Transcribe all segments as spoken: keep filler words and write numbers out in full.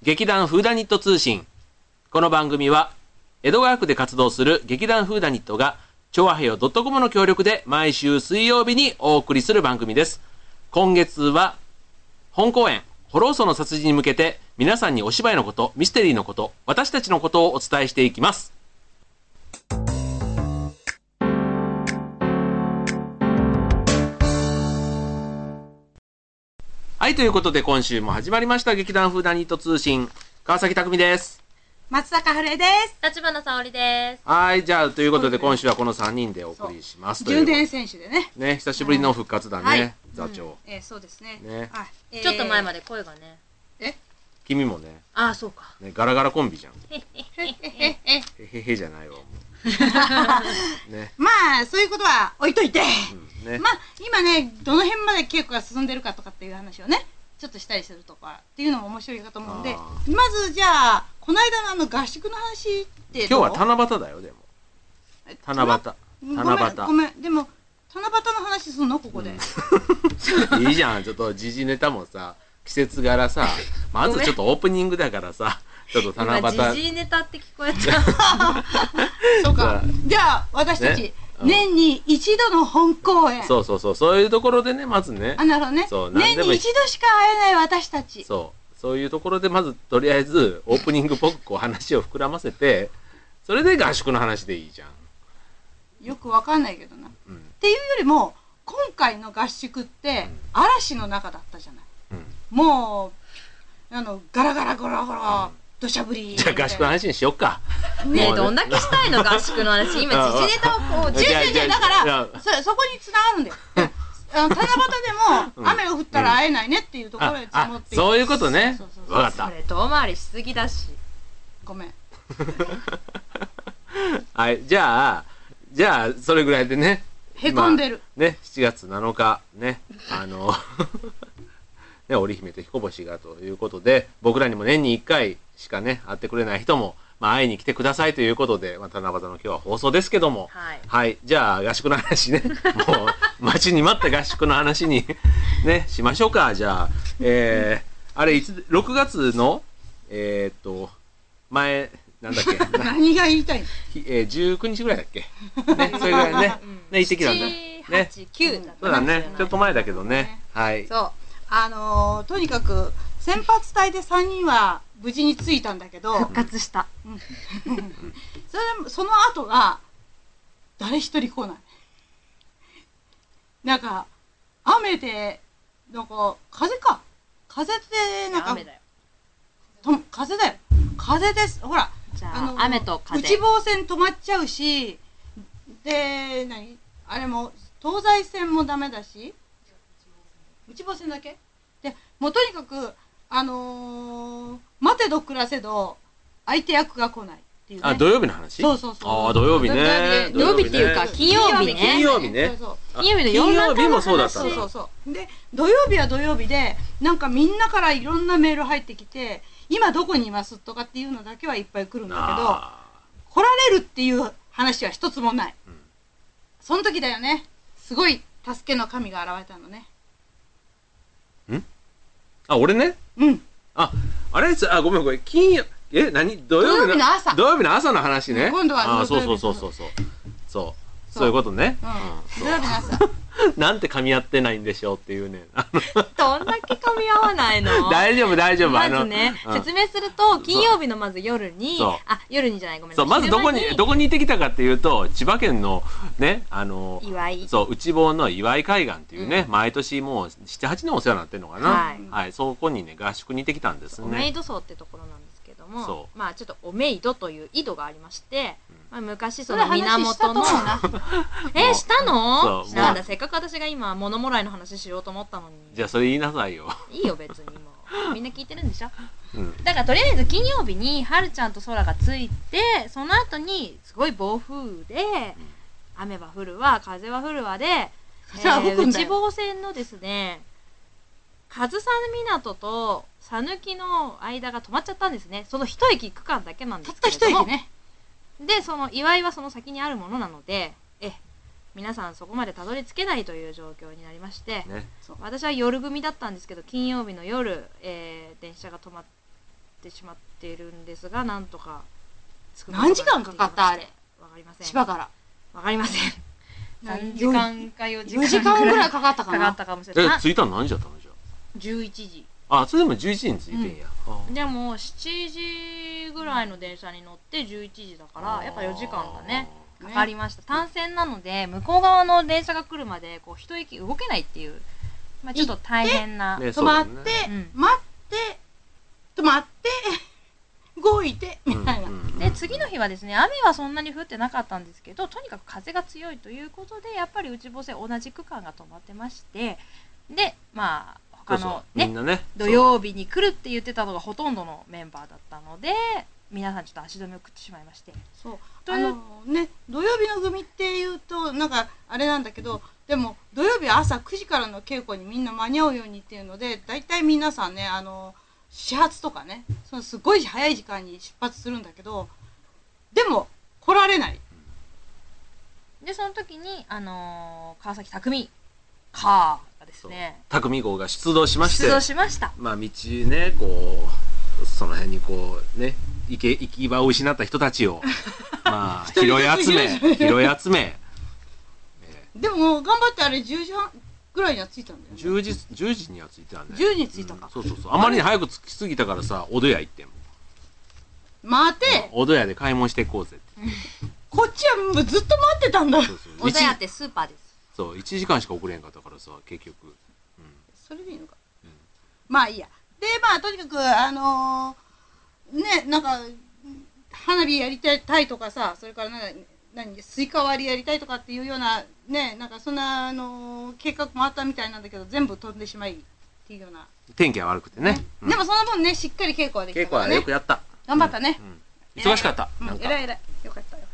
劇団フーダニット通信。この番組は江戸川区で活動する劇団フーダニットがチョアヘヨ .com の協力で毎週水曜日にお送りする番組です。今月は本公演ホローソの殺人に向けて皆さんにお芝居のこと、ミステリーのこと、私たちのことをお伝えしていきます。はい、ということで今週も始まりました劇団フーダニット通信、川崎匠です。 松坂春江です。 立花沙織です。 はい、じゃあということで今週はこのさんにんでお送りします。 純連選手でね。 ね、久しぶりの復活だね、はい、座長。うん、 えー、そうですね。 ね、 はいえー、ちょっと前まで声がね。 え？ 君もね。 ああ、そうか。 ね、ガラガラコンビじゃん。 へへへへへへへじゃないわ。 ね。まあそういうことは置いといて、うんね、まあ今ねどの辺まで稽古が進んでるかとかっていう話をね。ちょっとしたりするとかっていうのも面白いかと思うんで、まずじゃあこの間のあの合宿の話って今日は七夕だよ。でも七夕七夕ごめんでも七夕の話すんのここで、 うん、いいじゃん。ちょっと時事ネタもさ季節柄さまずちょっとオープニングだからさちょっと七夕時事ネタって聞こえたそうか。じゃあ私たち、ね、年に一度の本公演。 そうそうそう、そういうところでね、まずね。 あ、なるほどね。そう、年に一度しか会えない私たち。 そう、そういうところでまずとりあえずオープニングっぽくこう話を膨らませて、それで合宿の話でいいじゃん。 よくわかんないけどな。うん、っていうよりも今回の合宿って嵐の中だったじゃない。うん、もうあのガラガラゴラゴラ。うん土砂降り。 じゃあ合宿の話にしよっか。 ねえ、どんだけしたいの合宿の話。今時事ネタをこうじゅうじゅうじゅうだからそそこに繋がるんだよ。あの七夕でも雨が降ったら会えないねっていうところで積もっていく。 そういうことね。分かった。 それ遠回りしすぎだし。 ごめん。 はい、じゃあじゃあそれぐらいでね。 へこんでる。 ね、しちがつなのかね、あのね、織姫と彦星がということで、僕らにも年にいっかいしかね会ってくれない人も、まあ、会いに来てくださいということで、まあ、七夕の今日は放送ですけども、はい、はい、じゃあ合宿の話ねもう待ちに待った合宿の話にねしましょうか。じゃあ、えー、あれいつろくがつのえー、っと前なんだっけ何が言いたいの、 えー、じゅうくにちぐらいだっけね、それぐらいね、ね行ってきたんだね。はち、きゅうだそうだね、ちょっと前だけどね。はい。 そう。あのー、とにかく先発隊でさんにんは無事に着いたんだけど復活した、うん、 それでその後が誰一人来ない。なんか雨でなんか風か風でなんか雨だよと風だよ風です。ほらじゃあ、あのー、雨と風内房線止まっちゃうしで何あれも東西線もダメだし内房線だけでもうとにかくあのー、待てど暮らせど相手役が来ないっていう、ね、 あ土曜日の話。 そうそうそう。 ああ土曜日ね。 土曜日っていうか金曜日ね。 金曜日ね。 そうそう金曜日の夜中の話。 金曜日もそうだったんだ。 そうそうそうで土曜日は土曜日でなんかみんなからいろんなメール入ってきて今どこにいますとかっていうのだけはいっぱい来るんだけど来られるっていう話は一つもない、うん、その時だよねすごい助けの神が現れたのね。 んあ俺ね。 うんああれあごめんごめん金曜え何土曜日の朝土曜日の朝の話ね。 今度はあそうそうそうそうそうそうそういうことね。 土曜日の朝なんて噛み合ってないんでしょうっていうね。 どんだけ噛み合わないの大丈夫大丈夫。 まずね説明すると金曜日のまず夜にあ夜にじゃないごめんなさい。 まずどこにどこに行ってきたかっていうと千葉県のねあの岩井そう内房の岩井海岸っていうね毎年もうななはちねんお世話になってるのかな。はいそこにね合宿に行ってきたんですね。 おめいど荘ってところなんですけどもまあちょっとおめいどという井戸がありましてまあ昔その源のえしたのなんだせっかく私が今物もらいの話しようと思ったのに。 じゃあそれ言いなさいよ。 いいよ別にもうみんな聞いてるんでしょ、うん、だからとりあえず金曜日にはるちゃんと空がついてその後にすごい暴風で、うん、雨は降るわ風は降るわで、えー、内房線のですね上総港と讃岐の間が止まっちゃったんですね。その一駅区間だけなんですけれどもたった一駅ね。 でその岩井はその先にあるものなのでえ皆さんそこまでたどり着けないという状況になりまして、ね、私は夜組だったんですけど金曜日の夜、えー、電車が止まっってしまっているんですが、なんとか作る何時間かかったあれ。 わかりません。 千葉から。 わかりません。さんじかんかよじかんよじかんぐらいかかったかな。 かかったかもしれない。 え、着いたの何時だったのじゃじゅういちじ。 あ。あ、それでもじゅういちじに着いてんや。 でもしちじぐらいの電車に乗ってじゅういちじだからやっぱよじかんだね。かかりました。単線なので向こう側の電車が来るまでこう一息動けないっていう、まあちょっと大変な。 ね止まって、待って、止まって、動いて、みたいな。 で、次の日はですね、雨はそんなに降ってなかったんですけど、とにかく風が強いということで、やっぱり内房線同じ区間が止まってまして、で、まあ、他のね、ね土曜日に来るって言ってたのがほとんどのメンバーだったので、皆さんちょっと足止めを食ってしまいまして。 そう。あのね、土曜日の組っていうと、なんかあれなんだけど、でも土曜日朝くじからの稽古にみんな間に合うようにっていうので、大体皆さんね、あの、始発とかね、そのすごい早い時間に出発するんだけど、でも来られない。 で、その時に、あのー、川崎匠カーがですね、 匠号が出動しまして、 出動しました。 まあ道ね、こう、その辺にこうね、行け行き場を失った人たちを、まあ拾い集め、拾い集め。 でも頑張ってあれじゅうじはんぐらいには着いたんだよね。 じゅうじ、じゅうじには着いてたね。 じゅうじに着いたか。 そうそうそう。あまりに早く着きすぎたからさ、おどや行ってんもん。 待て、 おどやで買い物していこうぜって。 こっちはもうずっと待ってたんだ。 おどやってスーパーです。 そう、いちじかんしか遅れへんかったからさ、結局。うん、 それでいいのか。うん、まあいいや。で、まあとにかく、あのー、ね、なんか、花火やりたいとかさ、それからなんか、何、スイカ割りやりたいとかっていうような、ね、なんかそんな、あのー、計画もあったみたいなんだけど、全部飛んでしまいっていうような。 天気が悪くてね。ねうん、でもその分ね、しっかり稽古はできたからね。 稽古はよくやった。 頑張ったね。 うんうん、忙しかった。 えらいえらい。よかったよかった。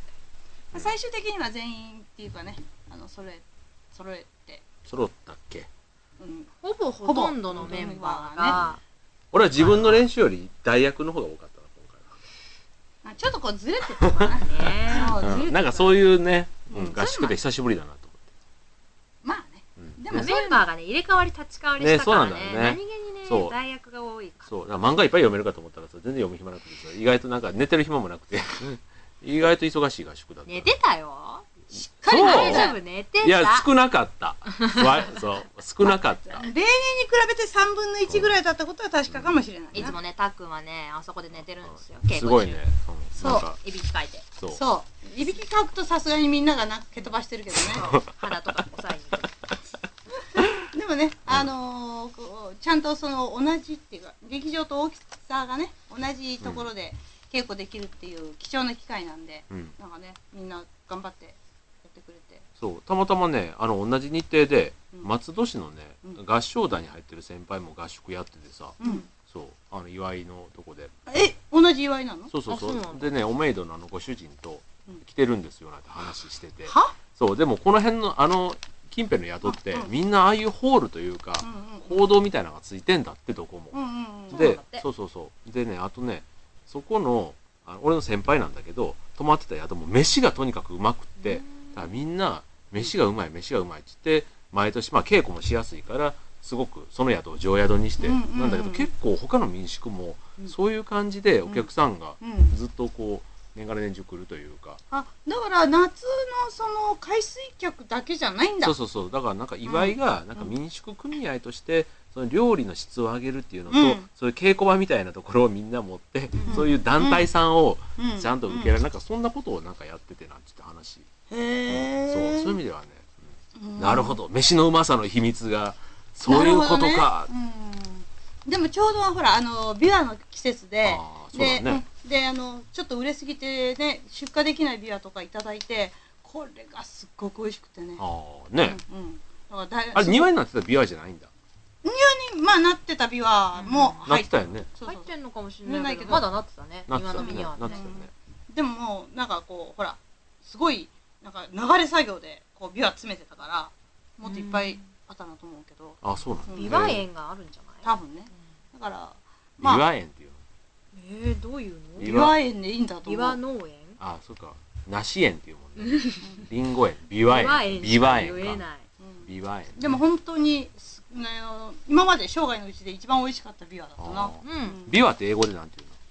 うん、最終的には全員っていうかね、あの、それ、揃えて。 揃ったっけ？ うん。ほぼほとんどのメンバーが。 俺は自分の練習より代役の方が多かったな、今回は。 ちょっとこうずれてたかな。ね、 うん、なんかそういうね、うん、合宿で久しぶりだなと思って。 まあね。 うん、でもメンバーがね、入れ替わり立ち替わりしたからね、ねね何気にね、代役が多いから。 そう、だから漫画いっぱい読めるかと思ったらさ、全然読む暇なくてさ、意外となんか寝てる暇もなくて、意外と忙しい合宿だった。 寝てたよ。 しっかり大丈夫、寝てた。 いや、少なかった。そう、少なかった。 例年に比べてさんぶんのいちぐらいだったことは確かかもしれない。 いつもね、たっくんはね、あそこで寝てるんですよ。 すごいね。 そう。 いびきかいて。 そう。いびきかくとさすがにみんながな蹴飛ばしてるけどね。 鼻とか押さえに。でもね、あのちゃんとその同じっていうか、劇場と大きさがね、同じところで稽古できるっていう貴重な機会なんで、なんかね、みんな頑張って。 そうたまたまねあの同じ日程で、うん、松戸市のね、うん、合唱団に入ってる先輩も合宿やっててさ、うん、そうあの祝いのとこでえ同じ祝いなの？ そうそうそうでねおめいどのあのご主人と来てるんですよなんて話してて、はそうでもこの辺のあの近辺の宿って、うん、みんなああいうホールというか、うんうん、報道みたいなのがついてんだってどこも、うんうんうん、でそうそうそうでねあとねそこのあの俺の先輩なんだけど泊まってた宿も飯がとにかくうまくって、だからみんな飯がうまい飯がうまいって言って毎年まあ稽古もしやすいからすごくその宿を常宿にしてなんだけど結構他の民宿もそういう感じでお客さんがずっとこう年がら年中来るというか、 あだから夏のその海水客だけじゃないんだ。 そうそうそうだからなんか祝いがなんか民宿組合としてその料理の質を上げるっていうのと、そういう稽古場みたいなところをみんな持ってそういう団体さんをちゃんと受けられるなんかそんなことをなんかやっててなんて話。 へえ、 そうそういう意味ではね、うん、なるほど飯のうまさの秘密がそういうことか、ねうん、でもちょうどほらあのビワの季節でで、ね、 であのちょっと売れすぎてね出荷できないビワとかいただいてこれがすっごく美味しくてねああね、 うんうん、 だからだあれ庭になってたビワじゃないんだ庭にまあなってたビワも入ってたよね入ってんのかもしれないけどまだなってたね庭のビワはねでももうなんかこうほらすごいなんか流れ作業でこうビワ詰めてたからもっといっぱいあったなと思うけど、 あそうなんだ、 ビワ園があるんじゃない多分ね、だからまあビワ園っていうのえー、どういうのビワ園でいいんだと思うビワ農園あそうか梨園っていうもんねリンゴ園ビワ園ビワ園かビワ園でも本当に今まで生涯のうちで一番美味しかったビワだったな、 ビワって英語でなんていうの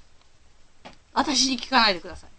私に聞かないでください。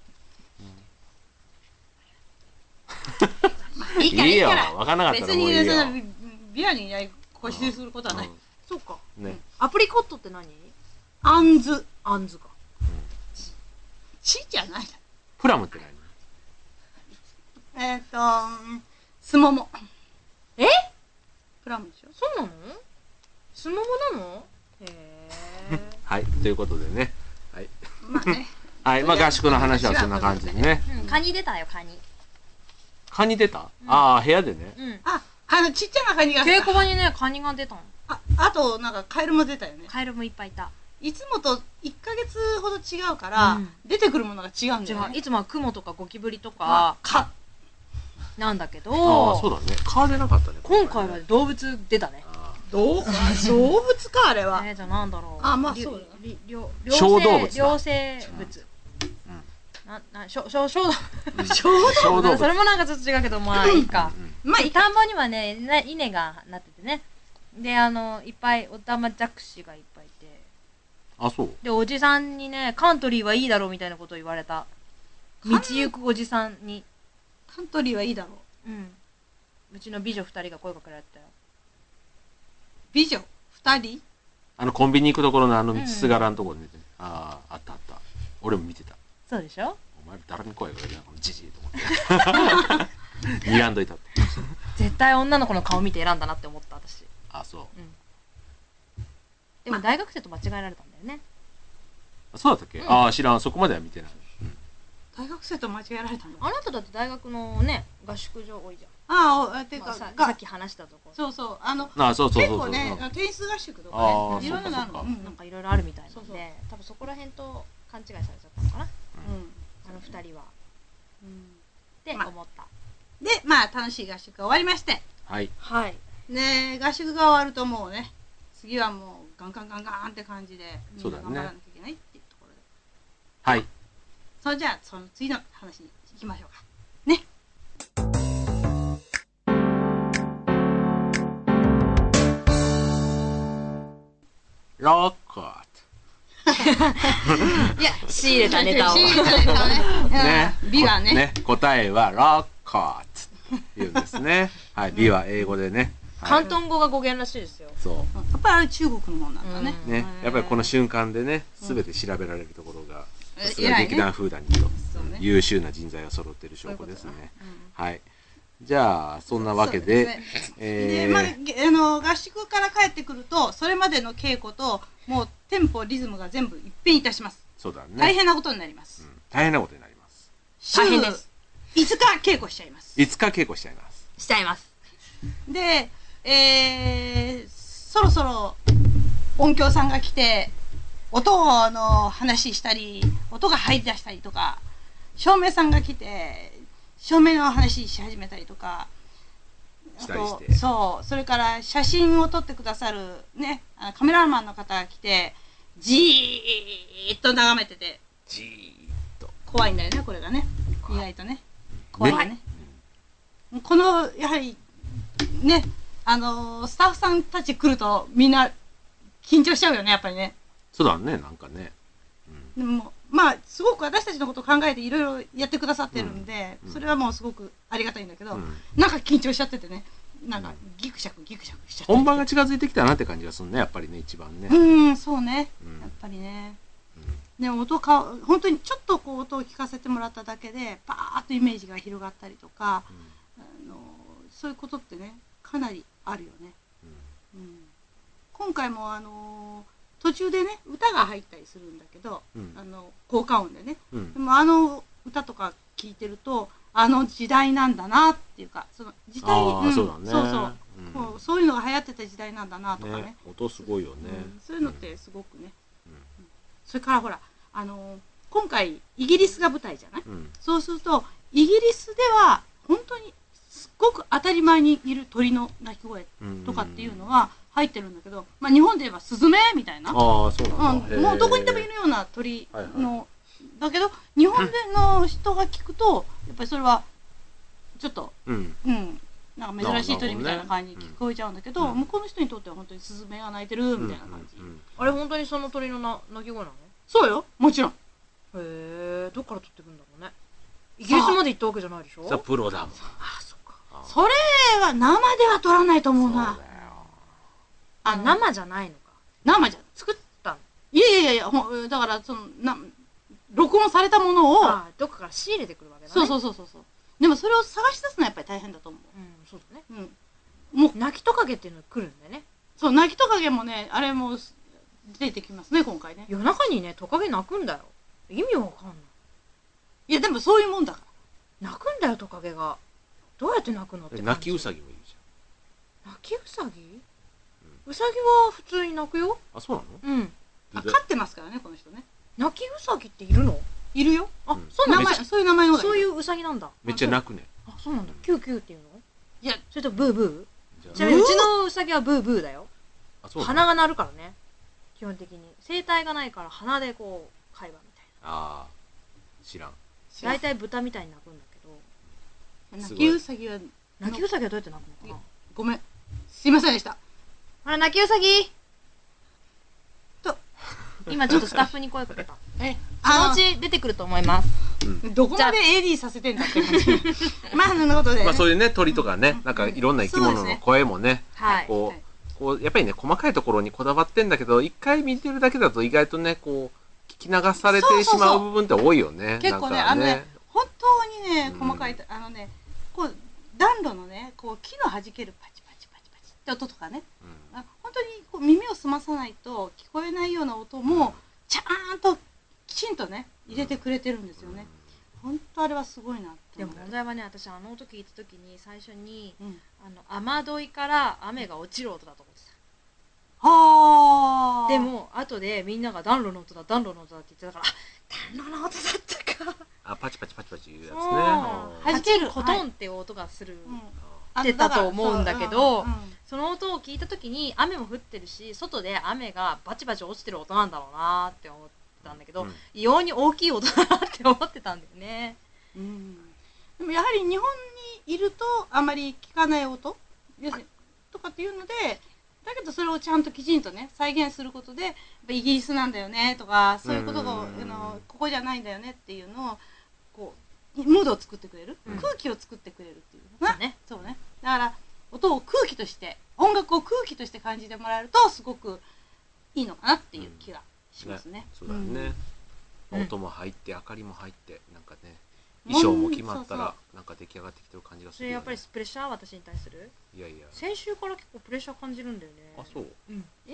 まあいいからいいから。 分かんなかったら別にもういいよ。 そんなビアに固執することはない。 そうか。 ね。 アプリコットって何？ あんず。 あんずか。 ちじゃない。 プラムって何？えっとすもも。 え？ プラムでしょ。 そうなの？すももなの？へえ。 はい、ということでね。はい。 まあね。 はい、まあ合宿の話はそんな感じでね。 うん、カニ出たよ、カニ。 カニ出た？ああ、部屋でね。 うん。 あ、あのちっちゃなカニが。 稽古場にね、カニが出たの。 あ、あとなんかカエルも出たよね。 カエルもいっぱいいた。 いつもといっかげつほど違うから、出てくるものが違うんだよね。 いつもはクモとかゴキブリとか、 か、 なんだけど、 ああ、そうだね。蚊出なかったね。 今回は動物出たね。 動物かあれは。 えー、じゃあなんだろう。 あ、まあそうだね。 小動物だ。 両生物。な、な、小、小、小動物。 小動物。 それもなんかちょっと違うけど、まあいいか。まあ、田んぼにはね、稲がなっててね。で、あの、いっぱいオタマジャクシがいっぱいいて。 あ、そう。 で、おじさんにね、カントリーはいいだろうみたいなことを言われた。道行くおじさんに。 カントリーはいいだろう。うん。うちの美女二人が声かけられたよ。 美女二人？ あのコンビニ行くところのあの道すがらのところにね、ああ、あったあった。俺も見てた。 そうでしょ？ お前誰に声かけるのこのジジイと思って。睨んどいたって。 絶対女の子の顔見て選んだなって思った私。 あ、そう。 うん。でも大学生と間違えられたんだよね。 そうだったっけ？ああ、知らん。そこまでは見てない。 大学生と間違えられたんだ。 あなただって大学のね、合宿場多いじゃん。 ああ、ていうか、 さっき話したとこ。 そうそう、あの、 あ、そうそうそう。 結構ね、テニス合宿とかね、いろいろなの、 なんかいろいろあるみたいなんで、多分そこら辺と勘違いされちゃったのかな。うん。あの二人は。うん。って思った。で、まあ楽しい合宿が終わりまして。 はい。 はい。 ね、合宿が終わるともうね、次はもうガンガンガンガンって感じで、みんな頑張らなきゃいけないっていうところで。 はい。 それじゃあ、その次の話に行きましょうか。ね。 ロックアいや、仕入れたネタを。 仕入れたネタをね。 ね。 美はね。 ね。答えはロックアって言うんですね。はい。美は英語でね。 広東語が語源らしいですよ。 そう。 やっぱりあれ中国のもんなんだね。 ね。やっぱりこの瞬間でね、すべて調べられるところが、劇団フーダニーと優秀な人材が揃っている証拠ですね。はい。じゃあそんなわけで、 でまああの合宿から帰ってくるとそれまでの稽古ともうテンポリズムが全部一変いたします。 そうだね。 大変なことになります。 大変なことになります。 大変です。いつか稽古しちゃいます。 いつか稽古しちゃいます。 しちゃいます。 で、えー、そろそろ音響さんが来て音の話したり音が入り出したりとか照明さんが来て照明の話し始めたりとかしたりしてそうそれから写真を撮ってくださるねカメラマンの方が来てじーっと眺めててじーっと怖いんだよねこれがね意外とね怖いよね、ね、このやはりねあのー、スタッフさんたち来るとみんな緊張しちゃうよねやっぱりね。 そうだねなんかね、 うん、でもまあすごく私たちのことを考えていろいろやってくださってるんで、うん、それはもうすごくありがたいんだけど、うん、なんか緊張しちゃっててねなんかギクシャクギクシャクしちゃって本番が近づいてきたなって感じがするねやっぱりね一番ねうんそうね、うん、やっぱりね、うん、でも音か本当にちょっとこう音を聞かせてもらっただけでパーッとイメージが広がったりとか、うん、あのそういうことってねかなりあるよね、うんうん、今回もあの途中でね歌が入ったりするんだけど、うん、あの効果音でね、うん、でもあの歌とか聞いてるとあの時代なんだなっていうかその時代に、うん、そうだねそうそう、うん、そういうのが流行ってた時代なんだなとかね、 ね音すごいよね、 うん、そういうのってすごくね、うん、それからほらあの今回イギリスが舞台じゃない、うん、そうするとイギリスでは本当にすっごく当たり前にいる鳥の鳴き声とかっていうのは入ってるんだけど、まあ、日本で言えばスズメみたいな、あそうなんだ、うん、もうどこにでもいるような鳥の、はいはい、だけど日本での人が聞くとやっぱりそれはちょっと、うんうん、なんか珍しい鳥みたいな感じに聞こえちゃうんだけど、うん、向こうの人にとっては本当にスズメが鳴いてるみたいな感じ、うんうんうん、 あれ本当にその鳥の鳴き声なの？ そうよもちろんへえ、どっから取ってくんだろうね。イギリスまで行ったわけじゃないでしょ。 さあプロだもん。 あ、そっか。 それは生では取らないと思うそうだよ。 な。 あ、生じゃないのか。 生じゃん。 作ったの。 いやいやいやいや、ほんだからそのな録音されたものを、 あ、どっかから仕入れてくるわけだね。 そうそうそうそうそう。でもそれを探し出すのはやっぱり大変だと思う。 うん、そうだね。 うん。もう泣きトカゲっていうのが来るんだよね。 そう泣きトカゲもね、あれも出てきますね今回ね。 夜中にね、トカゲ鳴くんだよ。意味わかんない。 いやでもそういうもんだから。 鳴くんだよ、トカゲが。どうやって鳴くのって感じ。 泣きウサギもいるじ泣きウサギ、ウサギは普通に鳴くよ。 ゃん。あ、そうなの？ うん。 あ、飼ってますからねこの人ね。 泣きウサギっているの？ いるよ。 あ、 うんそうなんだ。 名前そういう名前のだけど。 そういうウサギなんだ。 めっちゃ泣くね。 あ、そうなんだ。キューキューっていうの？ いやそれとブーブー？ちじゃなみにうちのウサギはブーブーだよ。 あ、あ、そうなの？ 鼻が鳴るからね。基本的に。声帯がないから鼻でこう、会話みたいああ、知らん。 な。大体豚みたいに鳴くんだけど。 泣きウサギは泣きウサギはどうやって鳴くのかな？ ごめんすいませんでした。 あら、泣きウサギと今ちょっとスタッフに声かけた。 えそのうあち出てくると思います。 のどこまで エーディー させてんだって感じ。まあそんなことでね。 まあそういうね、鳥とかね、なんかいろんな生き物の声もね、 はい。 こはいうこうやっぱりね細かいところにこだわってんだけど、一回見てるだけだと意外とねこう聞き流されてしまう部分って多いよね。 結構ねなんかあのね本当にねうん細かいあのねこう暖炉のねこう木の弾けるパチパチパチパチって音とかね、 うんあ本当にこう耳を澄まさないと聞こえないような音もちゃんときちんとね入れてくれてるんですよね。本当あれはすごいなってでも思う。 問題はね、私あの音聞いた時に最初にうん、 あの雨どいから雨が落ちる音だと思ってはあ。 た。でも後でみんなが暖炉の音だ暖炉の音だって言ってたから、あ暖炉の音だったか。 あ、パチパチパチパチいうやつね。 そうあー弾けるコトンっていう音がする。 うんってたと思うんだけどあのだからその音を聞いた時に雨も降ってるし、外で雨がバチバチ落ちてる音なんだろうなって思ってたんだけど、 うん異様に大きい音だなって思ってたんだよね。 うんうんでもやはり日本にいるとあまり聞かない音要するにとかっていうので、だけどそれをちゃんときちんとね再現することでやっぱイギリスなんだよねとかそういうことがうんあのここじゃないんだよねっていうのをこうムードを作ってくれる、 うん空気を作ってくれるっていうそうね。 そうね。だから音を空気として音楽を空気として感じてもらえるとすごくいいのかなっていう気がしますね。 そうだよね。 うん音も入って明かりも入ってなんかね衣装も決まったうんらなんか出来上がってきてる感じがすそれやっぱりるよね。 プレッシャー私に対するいやいや。 先週から結構プレッシャー感じるんだよね。 あ、そう。 うん。え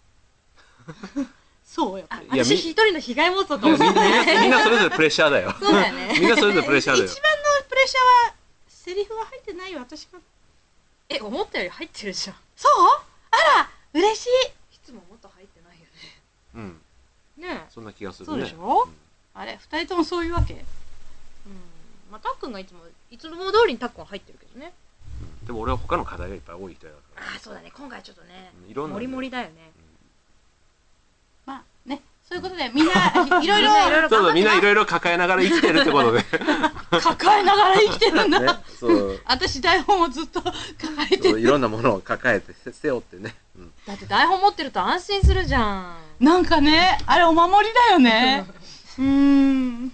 そうやっぱりあいやみ私一人の被害妄想かいやみんもしれない。 なみんなそれぞれプレッシャーだよ。 そうだよね。 みんなそれぞれプレッシャーだよ。 一番のプレッシャーはセリフが入ってないよ私が。 え、思ったより入ってるじゃん。 そう？あら嬉しい。 いつももっと入ってないようん。 ね。ねえ。 そんな気がするね。 そうでしょうんあれ二人ともそういうわけ？ うん。まあたっくんがいつもいつも通りにたっくんは入ってるけどね。 うんでも俺は他の課題がいっぱい多い人やから。 ああそうだね。今回ちょっとねうんいろんなモリモリだよね。 まあねそういうことでみんないろいみんないろいろろそうそう、みんないろいろ抱えながら生きてるってことで。 抱えながら生きてるんだ。 ね、そう。 私台本をずっと抱えてる。 そういろんなものを抱えてせ背負ってね。うん。 だって台本持ってると安心するじゃん。 なんかねあれお守りだよね。うーん。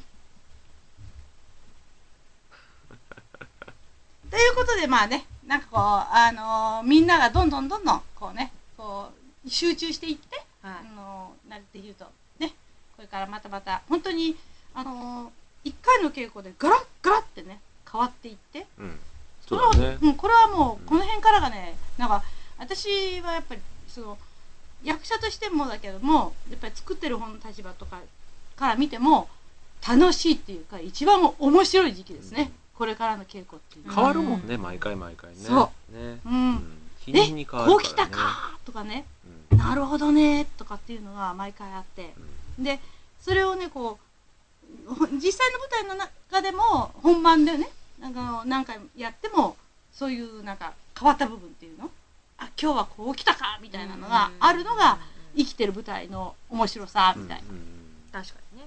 ということでまあねなんかこうあのーみんながどんどんどんどんこうねこう集中していって、 はいあのーなっているとねこれからまたまた本当にあのー、いっかいの稽古でガラッガラッってね変わっていってうん。 それはそうだね。 うん、これはもうこの辺からがねなんか私はやっぱりその役者としてもだけどもやっぱり作ってる方の立場とかから見ても楽しいっていうか一番面白い時期ですね、これからの稽古っていうのは変わるもんね、毎回毎回ね。。 そうね。 う、 うんん。日に日に変わるこうからね。 来たかとかねうん。 なるほどねとかっていうのが毎回あってでそれをねこう実際の舞台の中でも本番でねなんか何回やってもそういうなんか変わった部分っていうのあ今日はこう来たかみたいなのがあるのが生きてる舞台の面白さみたいな。 うんうん確かにね。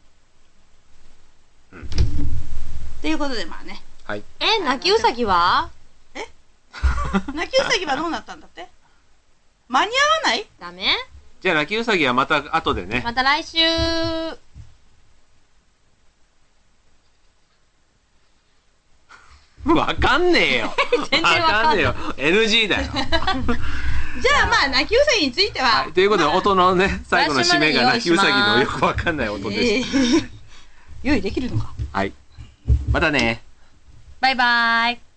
うんうんっていうことでまあねはい。 え、泣きウサギは泣きウサギはどうなったんだって間に合わないダメ？ じゃあ、泣きウサギはまた後でね。 また来週。 わかんねえよ全然わかんないわかんねえよ エヌジー だよじゃあまあ泣きウサギについては、 はい、ということで、 まあ音のね最後の締めが泣きウサギのよ来週まで用意しますくわかんない音でしえー用意できるのか。 た、はい、またねバイバーイ。